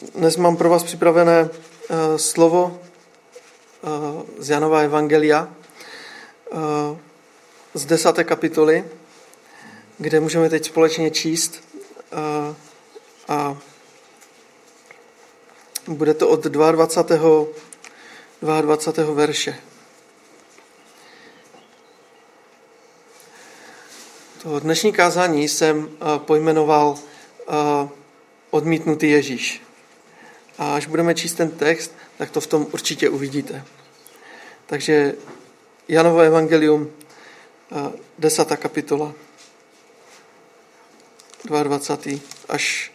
Dnes mám pro vás připravené slovo z Janova evangelia z 10. kapitoly, kde můžeme teď společně číst a bude to od 22. verše. To dnešní kázání jsem pojmenoval Odmítnutý Ježíš. A až budeme číst ten text, tak to v tom určitě uvidíte. Takže Janovo evangelium, 10. kapitola, 22. až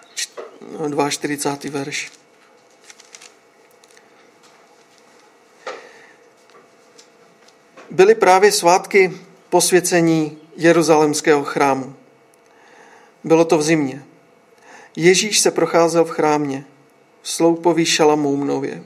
42. verš. Byly právě svátky posvěcení Jeruzalémského chrámu. Bylo to v zimě. Ježíš se procházel v chrámě, v sloupový Šalamoumnově.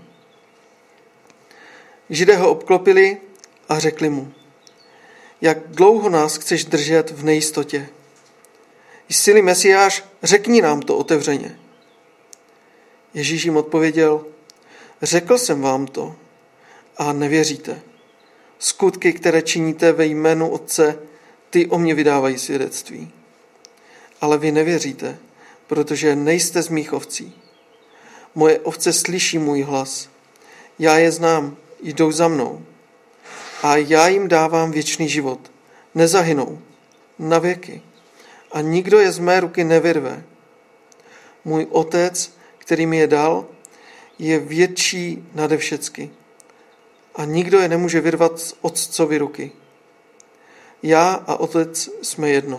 Židé ho obklopili a řekli mu: Jak dlouho nás chceš držet v nejistotě? Jsi-li Mesiáš, řekni nám to otevřeně. Ježíš jim odpověděl: Řekl jsem vám to a nevěříte. Skutky, které činíte ve jménu Otce, ty o mě vydávají svědectví. Ale vy nevěříte, protože nejste z mých ovcí. Moje ovce slyší můj hlas. Já je znám, jdou za mnou. A já jim dávám věčný život. Nezahynou, na věky. A nikdo je z mé ruky nevyrve. Můj Otec, který mi je dal, je větší nade všecky. A nikdo je nemůže vyrvat z Otcovy ruky. Já a Otec jsme jedno.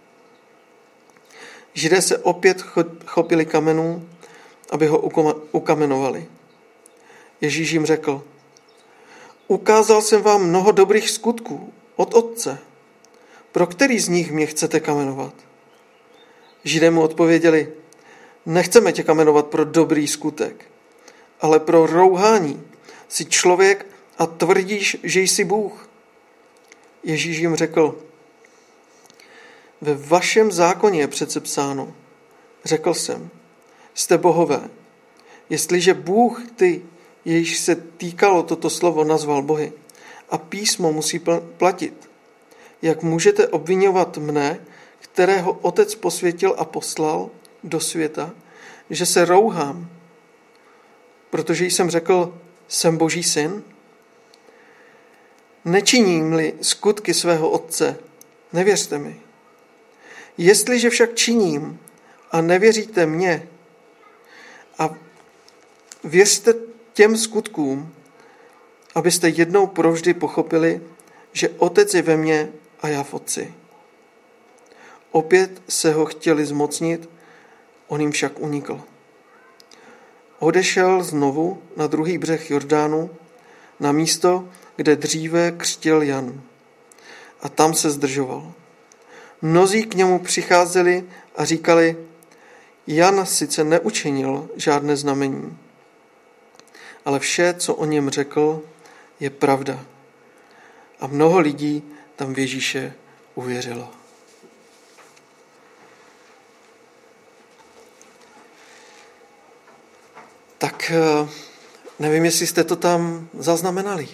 Židé se opět chopili kamenů, aby ho ukamenovali. Ježíš jim řekl: Ukázal jsem vám mnoho dobrých skutků od Otce. Pro který z nich mě chcete kamenovat? Židé mu odpověděli: Nechceme tě kamenovat pro dobrý skutek, ale pro rouhání. Jsi člověk a tvrdíš, že jsi Bůh. Ježíš jim řekl: Ve vašem zákoně je přece psáno, řekl jsem, jste bohové. Jestliže Bůh, ty, jejíž se týkalo toto slovo, nazval bohy, a písmo musí platit, jak můžete obvinovat mne, kterého Otec posvětil a poslal do světa, že se rouhám, protože jsem řekl, jsem Boží syn? Nečiním-li skutky svého Otce, nevěřte mi. Jestliže však činím a nevěříte mně a věřte těm skutkům, abyste jednou provždy pochopili, že Otec je ve mně a já v Otci. Opět se ho chtěli zmocnit, on jim však unikl. Odešel znovu na druhý břeh Jordánu, na místo, kde dříve křtil Jan. A tam se zdržoval. Mnozí k němu přicházeli a říkali: Jan sice neučinil žádné znamení, ale vše, co o něm řekl, je pravda. A mnoho lidí tam v Ježíše uvěřilo. Tak nevím, jestli jste to tam zaznamenali.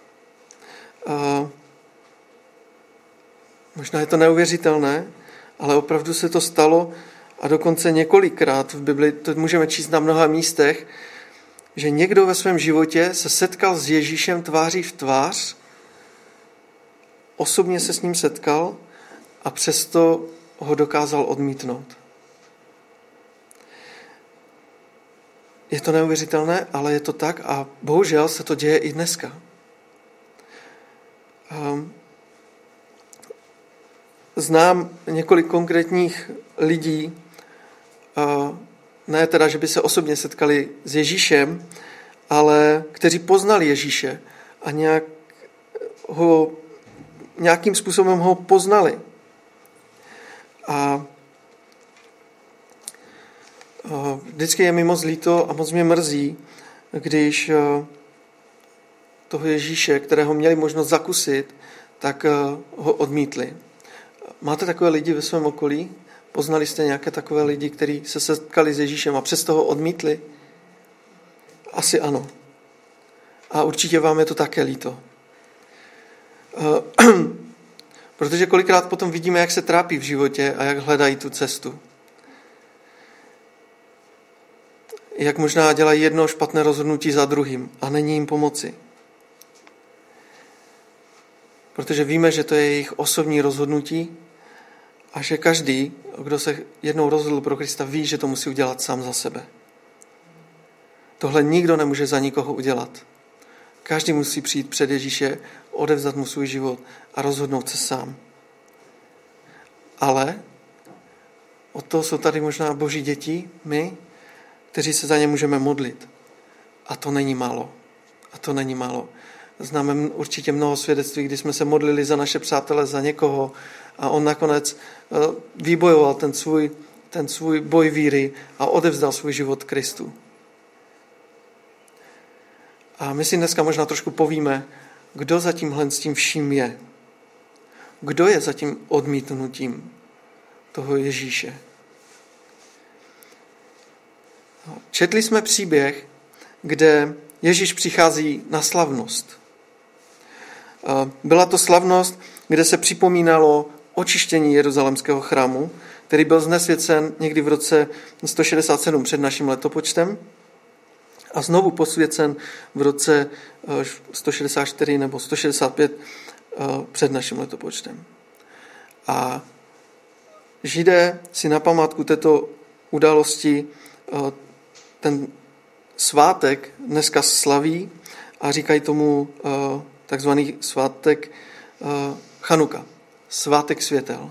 Možná je to neuvěřitelné, ale opravdu se to stalo a dokonce několikrát v Bibli, to můžeme číst na mnoha místech, že někdo ve svém životě se setkal s Ježíšem tváří v tvář, osobně se s ním setkal a přesto ho dokázal odmítnout. Je to neuvěřitelné, ale je to tak a bohužel se to děje i dneska. Znám několik konkrétních lidí, ne teda, že by se osobně setkali s Ježíšem, ale kteří poznali Ježíše a nějakým způsobem ho poznali. A vždycky je mi moc líto a moc mě mrzí, když toho Ježíše, kterého měli možnost zakusit, tak ho odmítli. Máte takové lidi ve svém okolí? Poznali jste nějaké takové lidi, kteří se setkali s Ježíšem a přesto ho odmítli? Asi ano. A určitě vám je to také líto. Protože kolikrát potom vidíme, jak se trápí v životě a jak hledají tu cestu. Jak možná dělají jedno špatné rozhodnutí za druhým a není jim pomoci. Protože víme, že to je jejich osobní rozhodnutí a že každý, kdo se jednou rozhodl pro Krista, ví, že to musí udělat sám za sebe. Tohle nikdo nemůže za nikoho udělat. Každý musí přijít před Ježíše, odevzdat mu svůj život a rozhodnout se sám. Ale od toho jsou tady možná Boží děti, my, kteří se za ně můžeme modlit. A to není málo. Známe určitě mnoho svědectví, kdy jsme se modlili za naše přátele, za někoho a on nakonec vybojoval ten svůj boj víry a odevzdal svůj život Kristu. A my si dneska možná trošku povíme, kdo za tímhle s tím vším je. Kdo je za tím odmítnutím toho Ježíše. Četli jsme příběh, kde Ježíš přichází na slavnost. Byla to slavnost, kde se připomínalo očištění Jeruzalémského chrámu, který byl znesvěcen někdy v roce 167 před naším letopočtem a znovu posvěcen v roce 164 nebo 165 před naším letopočtem. A Židé si na památku této události ten svátek dneska slaví a říkají tomu takzvaný svátek Chanuka, svátek světel.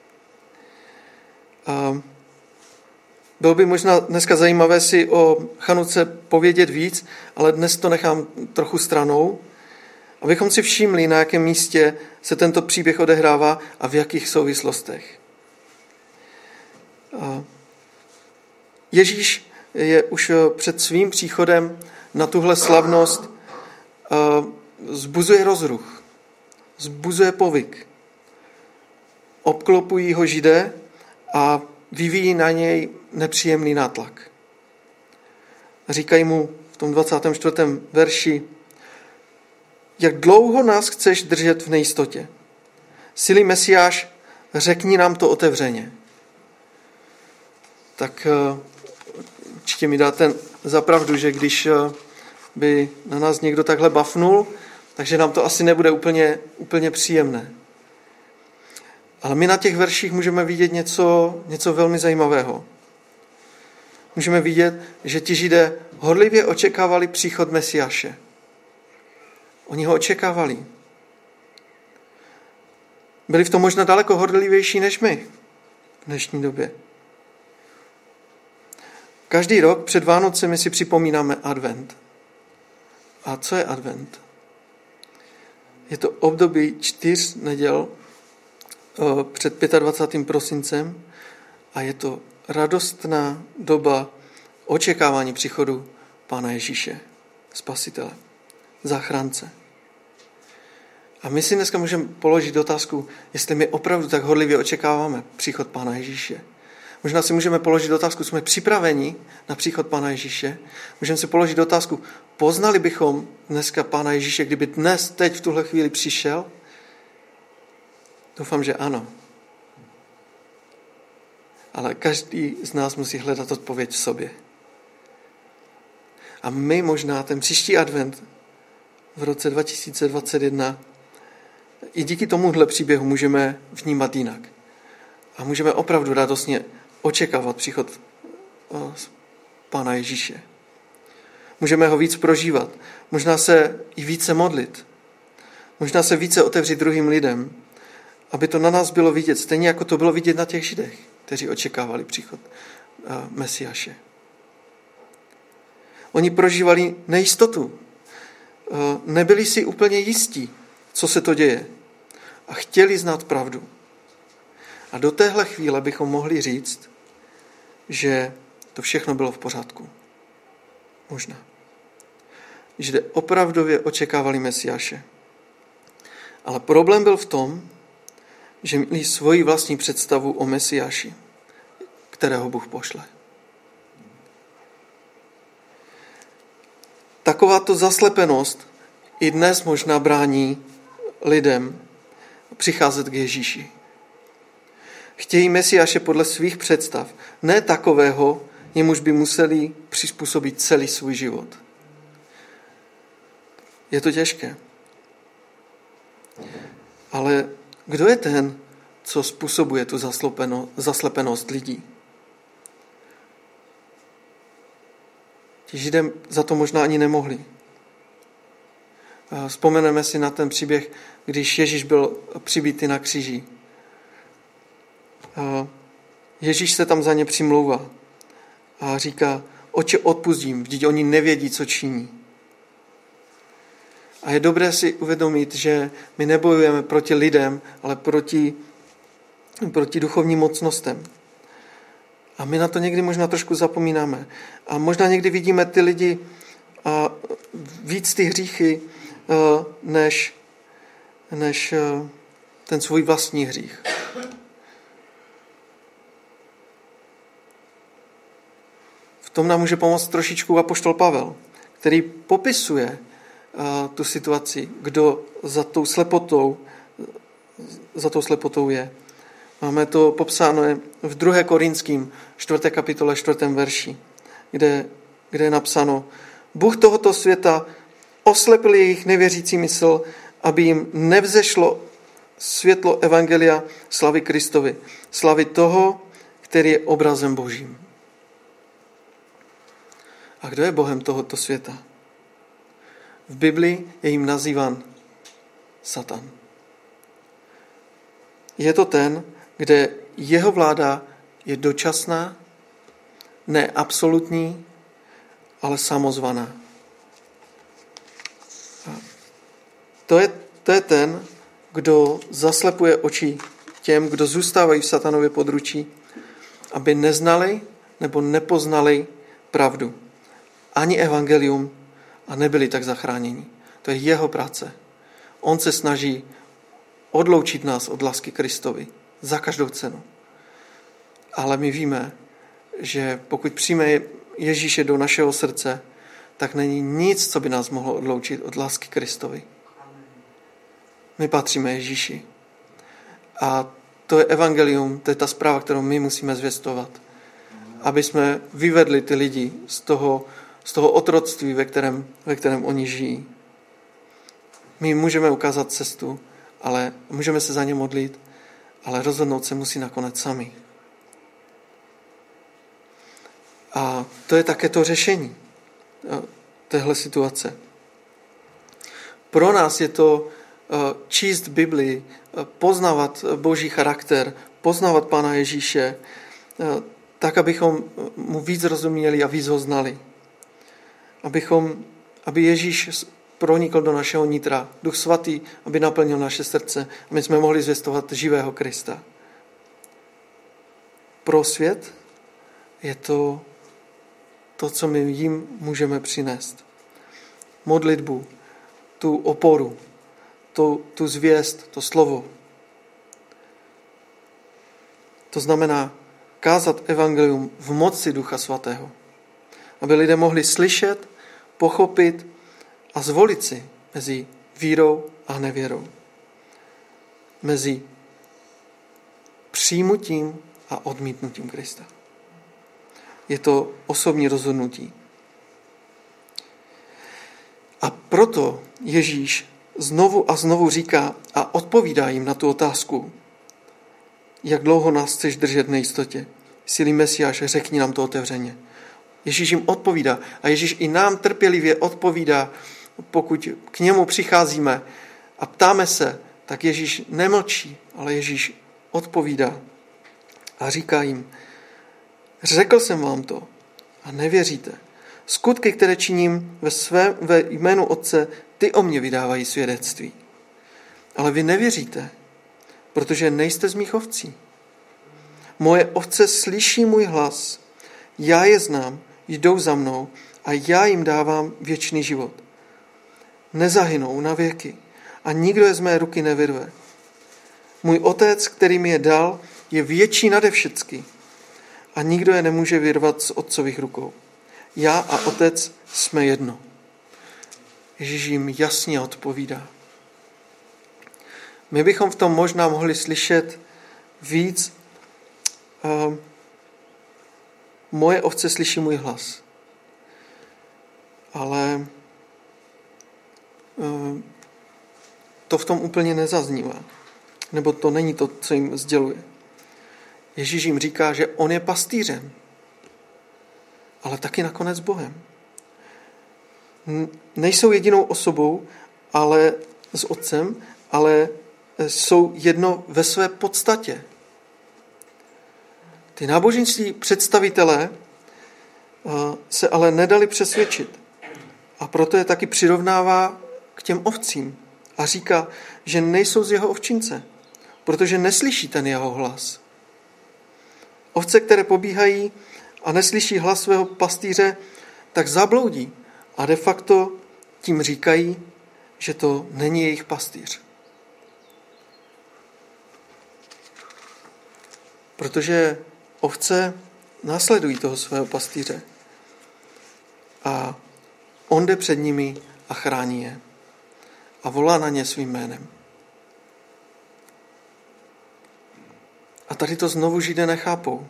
Bylo by možná dneska zajímavé si o Chanuce povědět víc, ale dnes to nechám trochu stranou, abychom si všimli, na jakém místě se tento příběh odehrává a v jakých souvislostech. Ježíš je už před svým příchodem na tuhle slavnost zbuzuje rozruch, zbuzuje povyk. Obklopují ho Židé a vyvíjí na něj nepříjemný nátlak. Říkají mu v tom 24. verši: jak dlouho nás chceš držet v nejistotě? Sily Mesiáš, řekni nám to otevřeně. Tak určitě mi dáte za pravdu, že když by na nás někdo takhle bafnul, takže nám to asi nebude úplně příjemné. Ale my na těch verších můžeme vidět něco velmi zajímavého. Můžeme vidět, že ti Židé horlivě očekávali příchod Mesiáše. Oni ho očekávali. Byli v tom možná daleko horlivější než my v dnešní době. Každý rok před Vánocemi si připomínáme advent. A co je advent? Je to období 4 neděl před 25. prosincem a je to radostná doba očekávání příchodu Pána Ježíše, Spasitele, Zachránce. A my si dneska můžeme položit otázku, jestli my opravdu tak horlivě očekáváme příchod Pána Ježíše. Možná si můžeme položit otázku, jsme připraveni na příchod Pána Ježíše. Můžeme si položit otázku, poznali bychom dneska Pána Ježíše, kdyby dnes, teď v tuhle chvíli přišel? Doufám, že ano. Ale každý z nás musí hledat odpověď v sobě. A my možná ten příští advent v roce 2021 i díky tomuhle příběhu můžeme vnímat jinak. A můžeme opravdu radostně očekávat příchod Pána Ježíše. Můžeme ho víc prožívat. Možná se i více modlit. Možná se více otevřít druhým lidem, aby to na nás bylo vidět, stejně jako to bylo vidět na těch Židech, kteří očekávali příchod Mesiáše. Oni prožívali nejistotu. Nebyli si úplně jistí, co se to děje. A chtěli znát pravdu. A do téhle chvíle bychom mohli říct, že to všechno bylo v pořádku. Možná. Že opravdově očekávali Mesiáše. Ale problém byl v tom, že měli svoji vlastní představu o Mesiáši. kterého Bůh pošle. Takováto zaslepenost i dnes možná brání lidem přicházet k Ježíši. Chtějí Mesiáše podle svých představ, ne takového, jemuž by museli přizpůsobit celý svůj život. Je to těžké. Ale kdo je ten, co způsobuje tu zaslepenost lidí? Ti Židé za to možná ani nemohli. Vzpomeneme si na ten příběh, když Ježíš byl přibitý na kříži. Ježíš se tam za ně přimlouvá a říká, Otče, odpusť jim, vždyť oni nevědí, co činí. A je dobré si uvědomit, že my nebojujeme proti lidem, ale proti duchovním mocnostem. A my na to někdy možná trošku zapomínáme. A možná někdy vidíme ty lidi víc ty hříchy, než ten svůj vlastní hřích. V tom nám může pomoct trošičku apoštol Pavel, který popisuje tu situaci, kdo za tou slepotou je. Máme to popsáno v 2. Korinským 4. kapitole 4. verši, kde je napsáno: Bůh tohoto světa oslepil jejich nevěřící mysl, aby jim nevzešlo světlo evangelia slavy Kristovi, slavy toho, který je obrazem Božím. A kdo je Bohem tohoto světa? V Biblii je jim nazýván Satan. Je to ten, kde jeho vláda je dočasná, ne absolutní, ale samozvaná. To je ten, kdo zaslepuje oči těm, kdo zůstávají v satanově područí, aby neznali nebo nepoznali pravdu. Ani evangelium a nebyli tak zachráněni. To je jeho práce. On se snaží odloučit nás od lásky Kristovi za každou cenu. Ale my víme, že pokud přijme Ježíše do našeho srdce, tak není nic, co by nás mohlo odloučit od lásky Kristovi. My patříme Ježíši. A to je evangelium, to je ta zpráva, kterou my musíme zvěstovat. Aby jsme vyvedli ty lidi z toho otroctví, ve kterém oni žijí. My můžeme ukázat cestu, ale můžeme se za ně modlit, ale rozhodnout se musí nakonec sami. A to je také to řešení téhle situace. Pro nás je to číst Biblii, poznávat Boží charakter, poznávat Pána Ježíše, tak, abychom mu víc rozuměli a víc ho znali. Aby Ježíš pronikl do našeho nitra, Duch Svatý, aby naplnil naše srdce a my jsme mohli zvěstovat živého Krista. Pro svět je to, co my jim můžeme přinést. Modlitbu, tu oporu, tu zvěst, to slovo. To znamená kázat evangelium v moci Ducha Svatého. Aby lidé mohli slyšet, pochopit a zvolit si mezi vírou a nevěrou. Mezi přijmutím a odmítnutím Krista. Je to osobní rozhodnutí. A proto Ježíš znovu a znovu říká a odpovídá jim na tu otázku, jak dlouho nás chceš držet v nejistotě. Jsi-li Mesiáš, řekni nám to otevřeně. Ježíš jim odpovídá a Ježíš i nám trpělivě odpovídá, pokud k němu přicházíme a ptáme se, tak Ježíš nemlčí, ale Ježíš odpovídá a říká jim, řekl jsem vám to a nevěříte. Skutky, které činím ve jménu Otce, ty o mě vydávají svědectví. Ale vy nevěříte, protože nejste z mých ovcí. Moje ovce slyší můj hlas, já je znám, jdou za mnou a já jim dávám věčný život. Nezahynou na věky a nikdo je z mé ruky nevyrve. Můj Otec, který mi je dal, je větší nade všecky a nikdo je nemůže vyrvat z otcových rukou. Já a otec jsme jedno. Ježíš jim jasně odpovídá. My bychom v tom možná mohli slyšet víc. Moje ovce slyší můj hlas. Ale to v tom úplně nezaznívá. Nebo to není to, co jim sděluje. Ježíš jim říká, že on je pastýřem, ale taky nakonec Bohem. Nejsou jedinou osobou, ale s otcem, ale jsou jedno ve své podstatě. Ty náboženští představitelé se ale nedali přesvědčit. A proto je taky přirovnává k těm ovcím. A říká, že nejsou z jeho ovčince, protože neslyší ten jeho hlas. Ovce, které pobíhají a neslyší hlas svého pastýře, tak zabloudí. A de facto tím říkají, že to není jejich pastýř. Protože ovce následují toho svého pastýře. A on jde před nimi a chrání je. A volá na ně svým jménem. A tady to znovu Židé nechápou.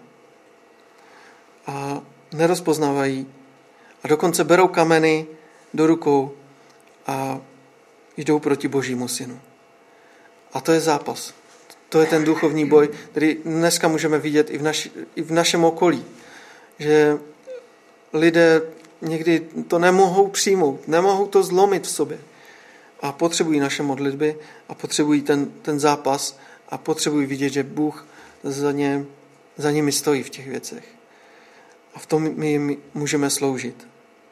A nerozpoznávají. A dokonce berou kameny do rukou a jdou proti Božímu synu. A to je zápas. To je ten duchovní boj, který dneska můžeme vidět i v našem okolí. Že lidé někdy to nemohou přijmout, nemohou to zlomit v sobě. A potřebují naše modlitby a potřebují ten zápas a potřebují vidět, že Bůh za nimi stojí v těch věcech. A v tom my jim můžeme sloužit.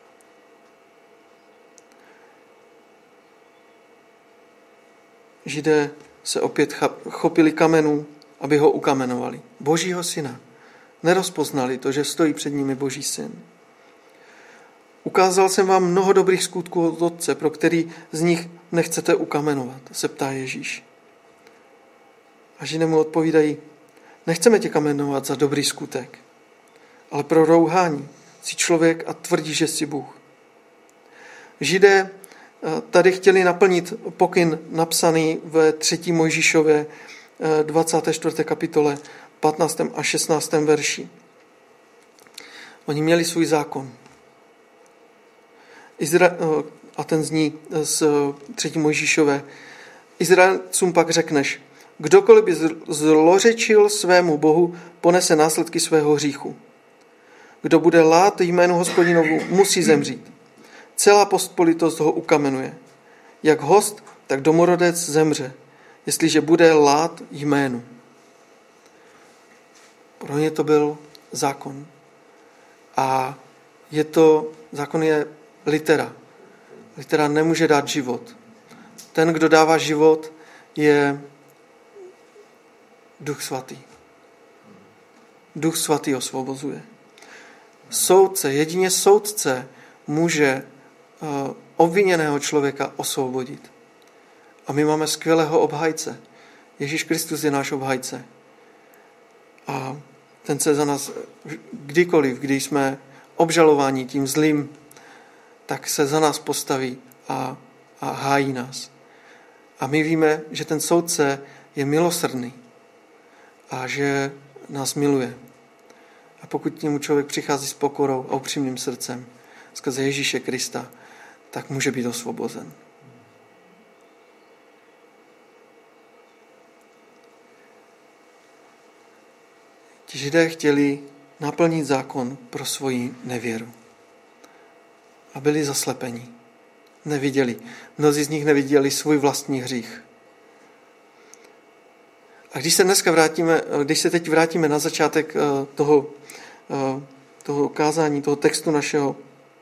Židé se opět chopili kamenů, aby ho ukamenovali. Božího syna. Nerozpoznali to, že stojí před nimi Boží syn. Ukázal jsem vám mnoho dobrých skutků od Otce, pro který z nich nechcete ukamenovat, se ptá Ježíš. A Židé mu odpovídají, nechceme tě kamenovat za dobrý skutek, ale pro rouhání jsi člověk a tvrdí, že jsi Bůh. Židé tady chtěli naplnit pokyn napsaný ve 3. Mojžíšově 24. kapitole 15. a 16. verši. Oni měli svůj zákon. A ten zní z 3. Mojžíšové. Izraelcům pak řekneš, kdokoliv by zlořečil svému Bohu, ponese následky svého hříchu. Kdo bude lát jménu Hospodinovu, musí zemřít. Celá pospolitost ho ukamenuje. Jak host, tak domorodec zemře, jestliže bude lát jménu. Pro ně to byl zákon. A zákon je litera. Litera nemůže dát život. Ten, kdo dává život, je Duch svatý. Duch svatý osvobozuje. Jedině soudce může obviněného člověka osvobodit. A my máme skvělého obhájce. Ježíš Kristus je náš obhájce. A ten se za nás kdykoliv, když jsme obžalováni tím zlým, tak se za nás postaví a hájí nás. A my víme, že ten soudce je milosrdný a že nás miluje. A pokud k němu člověk přichází s pokorou a upřímným srdcem skrze Ježíše Krista, tak může být osvobozen. Ti Židé chtěli naplnit zákon pro svoji nevěru. A byli zaslepeni. Neviděli. Mnozí z nich neviděli svůj vlastní hřích. A když se teď vrátíme na začátek toho kázání, toho textu našeho,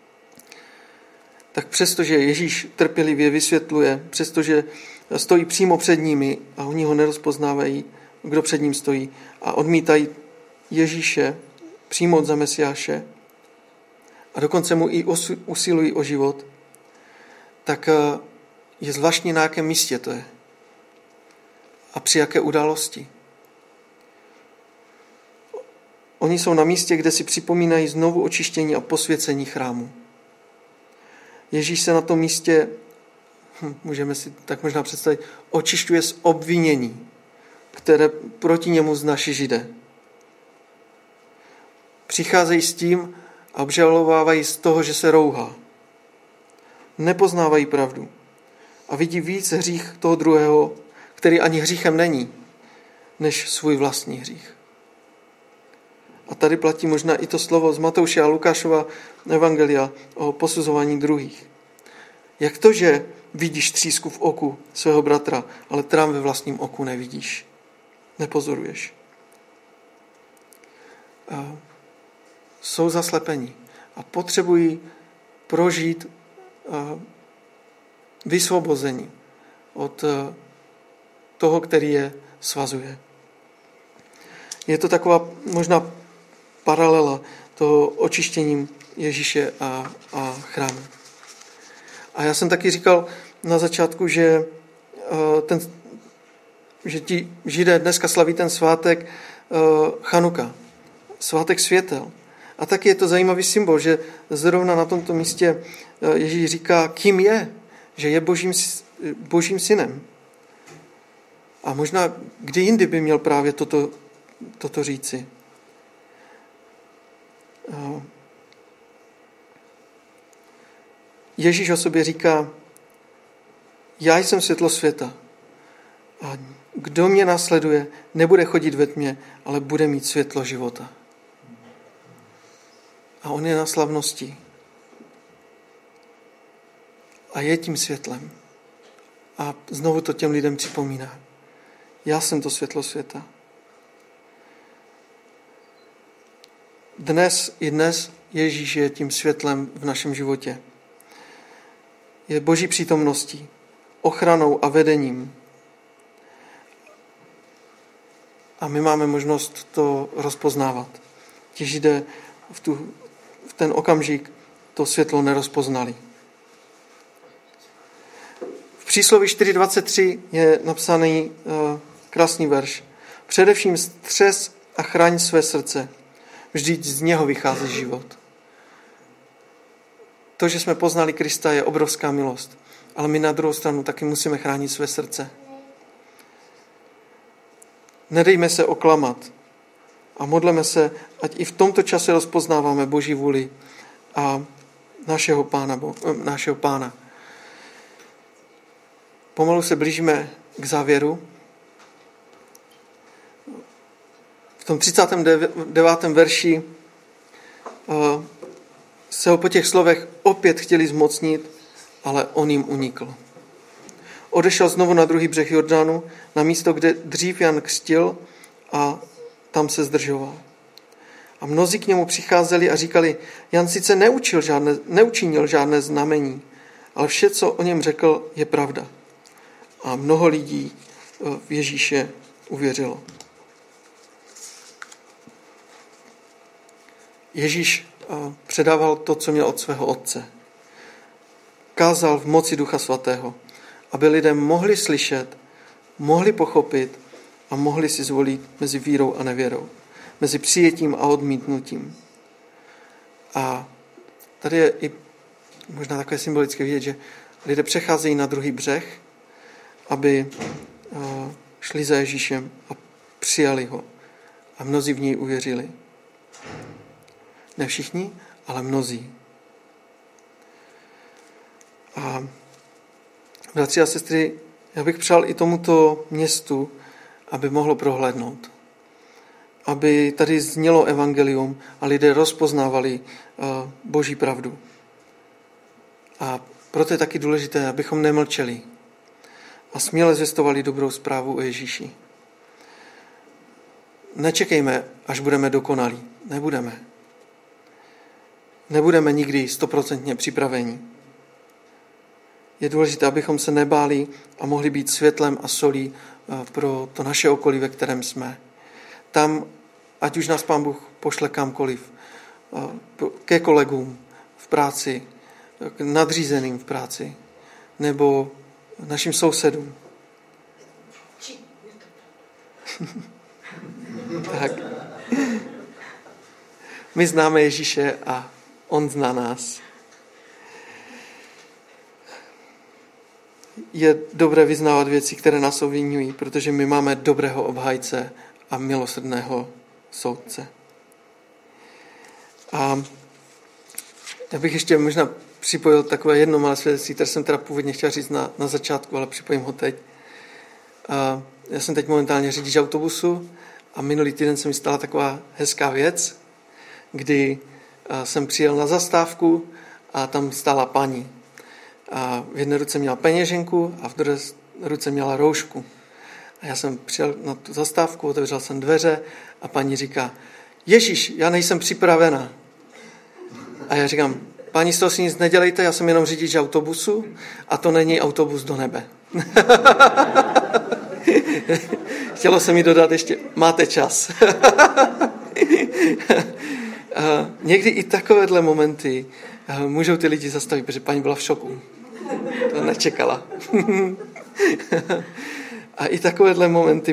tak přestože Ježíš trpělivě vysvětluje, přestože stojí přímo před nimi a oni ho nerozpoznávají, kdo před ním stojí a odmítají Ježíše přijmout za Mesiáše a dokonce mu i usilují o život, tak je zvláštní, na jakém místě to je a při jaké události. Oni jsou na místě, kde si připomínají znovu očištění a posvěcení chrámu. Ježíš se na tom místě, můžeme si tak možná představit, očišťuje z obvinění, které proti němu vznáší Židé. Přicházejí s tím a obžalovávají z toho, že se rouhá. Nepoznávají pravdu a vidí víc hřích toho druhého, který ani hříchem není, než svůj vlastní hřích. A tady platí možná i to slovo z Matouše a Lukášova evangelia o posuzování druhých. Jak to, že vidíš třísku v oku svého bratra, ale trám ve vlastním oku nevidíš, nepozoruješ? Jsou zaslepení a potřebují prožít vysvobození od toho, který je svazuje. Je to taková možná paralela toho očištěním Ježíše a chrámu. A já jsem taky říkal na začátku, že ti Židé dneska slaví ten svátek Chanuka, svátek světel. A taky je to zajímavý symbol, že zrovna na tomto místě Ježíš říká, kým je, že je božím synem. A možná kdy jindy by měl právě toto říci. Ježíš o sobě říká, já jsem světlo světa a kdo mě následuje, nebude chodit ve tmě, ale bude mít světlo života. A on je na slavnosti. A je tím světlem. A znovu to těm lidem připomíná. Já jsem to světlo světa. Dnes Ježíš je tím světlem v našem životě. Je Boží přítomností, ochranou a vedením. A my máme možnost to rozpoznávat. Ti Židé v ten okamžik to světlo nerozpoznali. V přísloví 4.23 je napsaný krásný verš. Především střes a chraň své srdce. Vždyť z něho vychází život. To, že jsme poznali Krista, je obrovská milost. Ale my na druhou stranu taky musíme chránit své srdce. Nedejme se oklamat a modleme se, ať i v tomto čase rozpoznáváme Boží vůli a našeho Pána. Pomalu se blížíme k závěru. V tom 39. verši se ho po těch slovech opět chtěli zmocnit, ale on jim unikl. Odešel znovu na druhý břeh Jordánu, na místo, kde dřív Jan křtil, a tam se zdržoval. A mnozí k němu přicházeli a říkali, Jan sice neučinil žádné znamení, ale vše, co o něm řekl, je pravda. A mnoho lidí v Ježíše uvěřilo. Ježíš předával to, co měl od svého Otce. Kázal v moci Ducha Svatého, aby lidé mohli slyšet, mohli pochopit a mohli si zvolit mezi vírou a nevěrou, mezi přijetím a odmítnutím. A tady je i možná takové symbolické vidět, že lidé přecházejí na druhý břeh, aby šli za Ježíšem a přijali ho. A mnozí v něj uvěřili. Ne všichni, ale mnozí. A bratři a sestry, já bych přál i tomuto městu, aby mohlo prohlédnout. Aby tady znělo evangelium a lidé rozpoznávali Boží pravdu. A proto je taky důležité, abychom nemlčeli a směle zvěstovali dobrou zprávu o Ježíši. Nečekejme, až budeme dokonalí. Nebudeme. Nebudeme nikdy 100% připraveni. Je důležité, abychom se nebáli a mohli být světlem a solí pro to naše okolí, ve kterém jsme. Tam, ať už nás Pán Bůh pošle kamkoliv, ke kolegům v práci, k nadřízeným v práci, nebo našim sousedům. Tak. My známe Ježíše a on zná nás. Je dobré vyznávat věci, které nás obviňují, protože my máme dobrého obhájce a milosrdného soudce. A já bych ještě možná připojil takové jedno malé svědectví, které jsem teda původně chtěl říct na začátku, ale připojím ho teď. Já jsem teď momentálně řidič autobusu a minulý týden se mi stala taková hezká věc, kdy jsem přijel na zastávku a tam stála paní. A v jedné ruce měla peněženku a v druhé ruce měla roušku. A já jsem přijel na tu zastávku, otevřel jsem dveře a paní říká: Ježíš, já nejsem připravena. A já říkám: paní, z toho si nic nedělejte, já jsem jenom řidič autobusu a to není autobus do nebe. Chtělo se mi dodat ještě: máte čas. Někdy i takovéhle momenty můžou ty lidi zastavit, protože paní byla v šoku. To nečekala. A i takovéhle momenty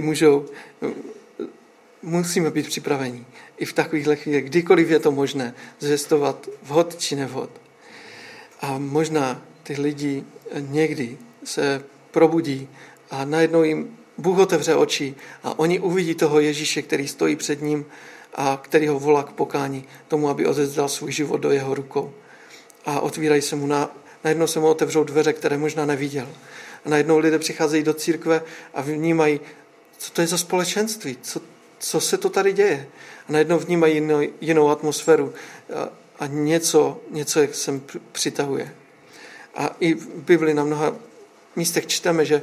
musíme být připraveni. I v takovýchhle chvílích, kdykoliv je to možné, zvěstovat vhod či nevhod. A možná ty lidi někdy se probudí a najednou jim Bůh otevře oči a oni uvidí toho Ježíše, který stojí před ním a který ho volá k pokání, tomu, aby odevzdal svůj život do jeho rukou. A otvírají se mu najednou se mu otevřou dveře, které možná neviděl. A najednou lidé přicházejí do církve a vnímají, co to je za společenství, co se to tady děje. A najednou vnímají jinou atmosféru a něco jak sem přitahuje. A i v Bibli na mnoha místech čteme, že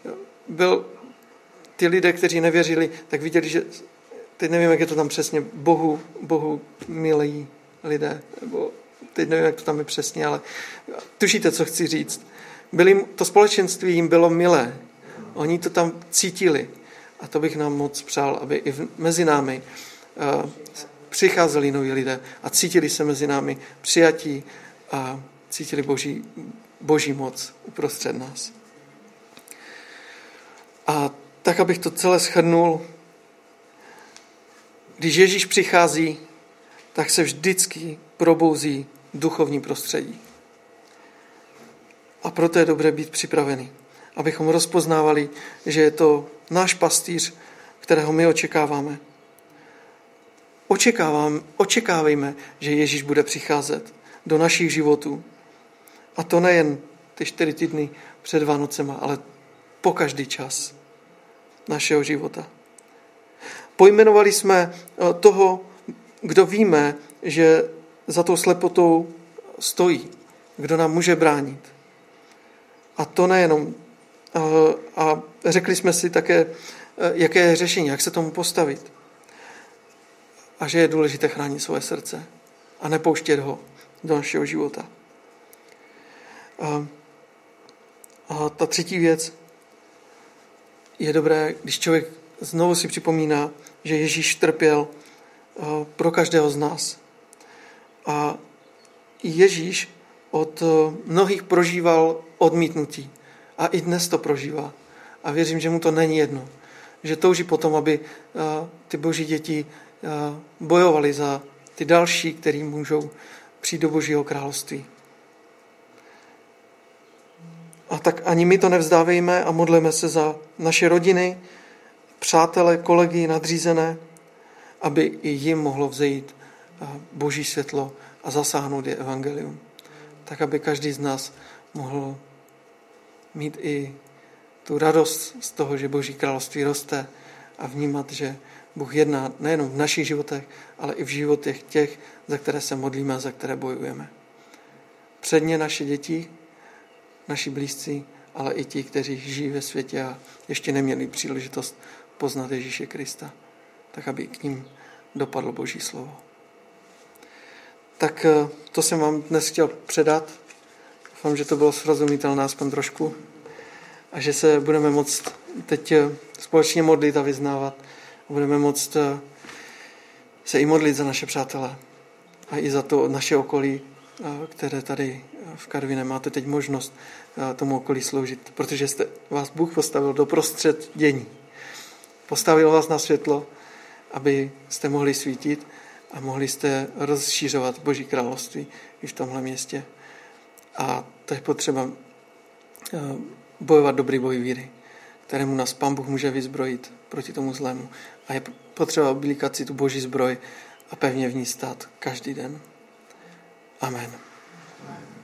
ty lidé, kteří nevěřili, tak viděli, že teď nevím, jak je to tam přesně, Bohu milí lidé, nebo teď nevím, jak to tam je přesně, ale tušíte, co chci říct. To společenství jim bylo milé. Oni to tam cítili. A to bych nám moc přál, aby i mezi námi přicházeli noví lidé a cítili se mezi námi přijatí a cítili boží moc uprostřed nás. A tak, abych to celé shrnul, když Ježíš přichází, tak se vždycky probouzí duchovní prostředí. A proto je dobré být připravený, abychom rozpoznávali, že je to náš pastýř, kterého my očekáváme. Očekávejme, že Ježíš bude přicházet do našich životů. A to nejen ty 4 týdny před Vánocema, ale po každý čas našeho života. Pojmenovali jsme toho, kdo víme, že za tou slepotou stojí, kdo nám může bránit. A to nejenom. A řekli jsme si také, jaké je řešení, jak se tomu postavit. A že je důležité chránit svoje srdce a nepouštět ho do našeho života. A ta třetí věc, je dobré, když člověk znovu si připomíná, že Ježíš trpěl pro každého z nás. A Ježíš od mnohých prožíval odmítnutí. A i dnes to prožívá. A věřím, že mu to není jedno. Že touží potom, aby ty boží děti bojovali za ty další, kteří můžou přijít do Božího království. A tak ani my to nevzdávejme a modleme se za naše rodiny, přátele, kolegy, nadřízené, aby i jim mohlo vzejít Boží světlo a zasáhnout je evangelium. Tak, aby každý z nás mohl mít i tu radost z toho, že Boží království roste a vnímat, že Bůh jedná nejenom v našich životech, ale i v životech těch, za které se modlíme a za které bojujeme. Předně naše děti, naši blízcí, ale i ti, kteří žijí ve světě a ještě neměli příležitost poznat Ježíše Krista, tak aby k ním dopadlo Boží slovo. Tak to jsem vám dnes chtěl předat. Doufám, že to bylo srozumitelné aspoň trošku a že se budeme moct teď společně modlit a vyznávat. A budeme moct se i modlit za naše přátele a i za to naše okolí, které tady v Karviné máte teď možnost tomu okolí sloužit, protože vás Bůh postavil do prostřed dění. Postavil vás na světlo, aby jste mohli svítit a mohli jste rozšířovat Boží království i v tomhle městě. A to je potřeba bojovat dobrý boj víry, kterému nás Pán Bůh může vyzbrojit proti tomu zlému. A je potřeba oblíkat si tu Boží zbroj a pevně v ní stát každý den. Amen.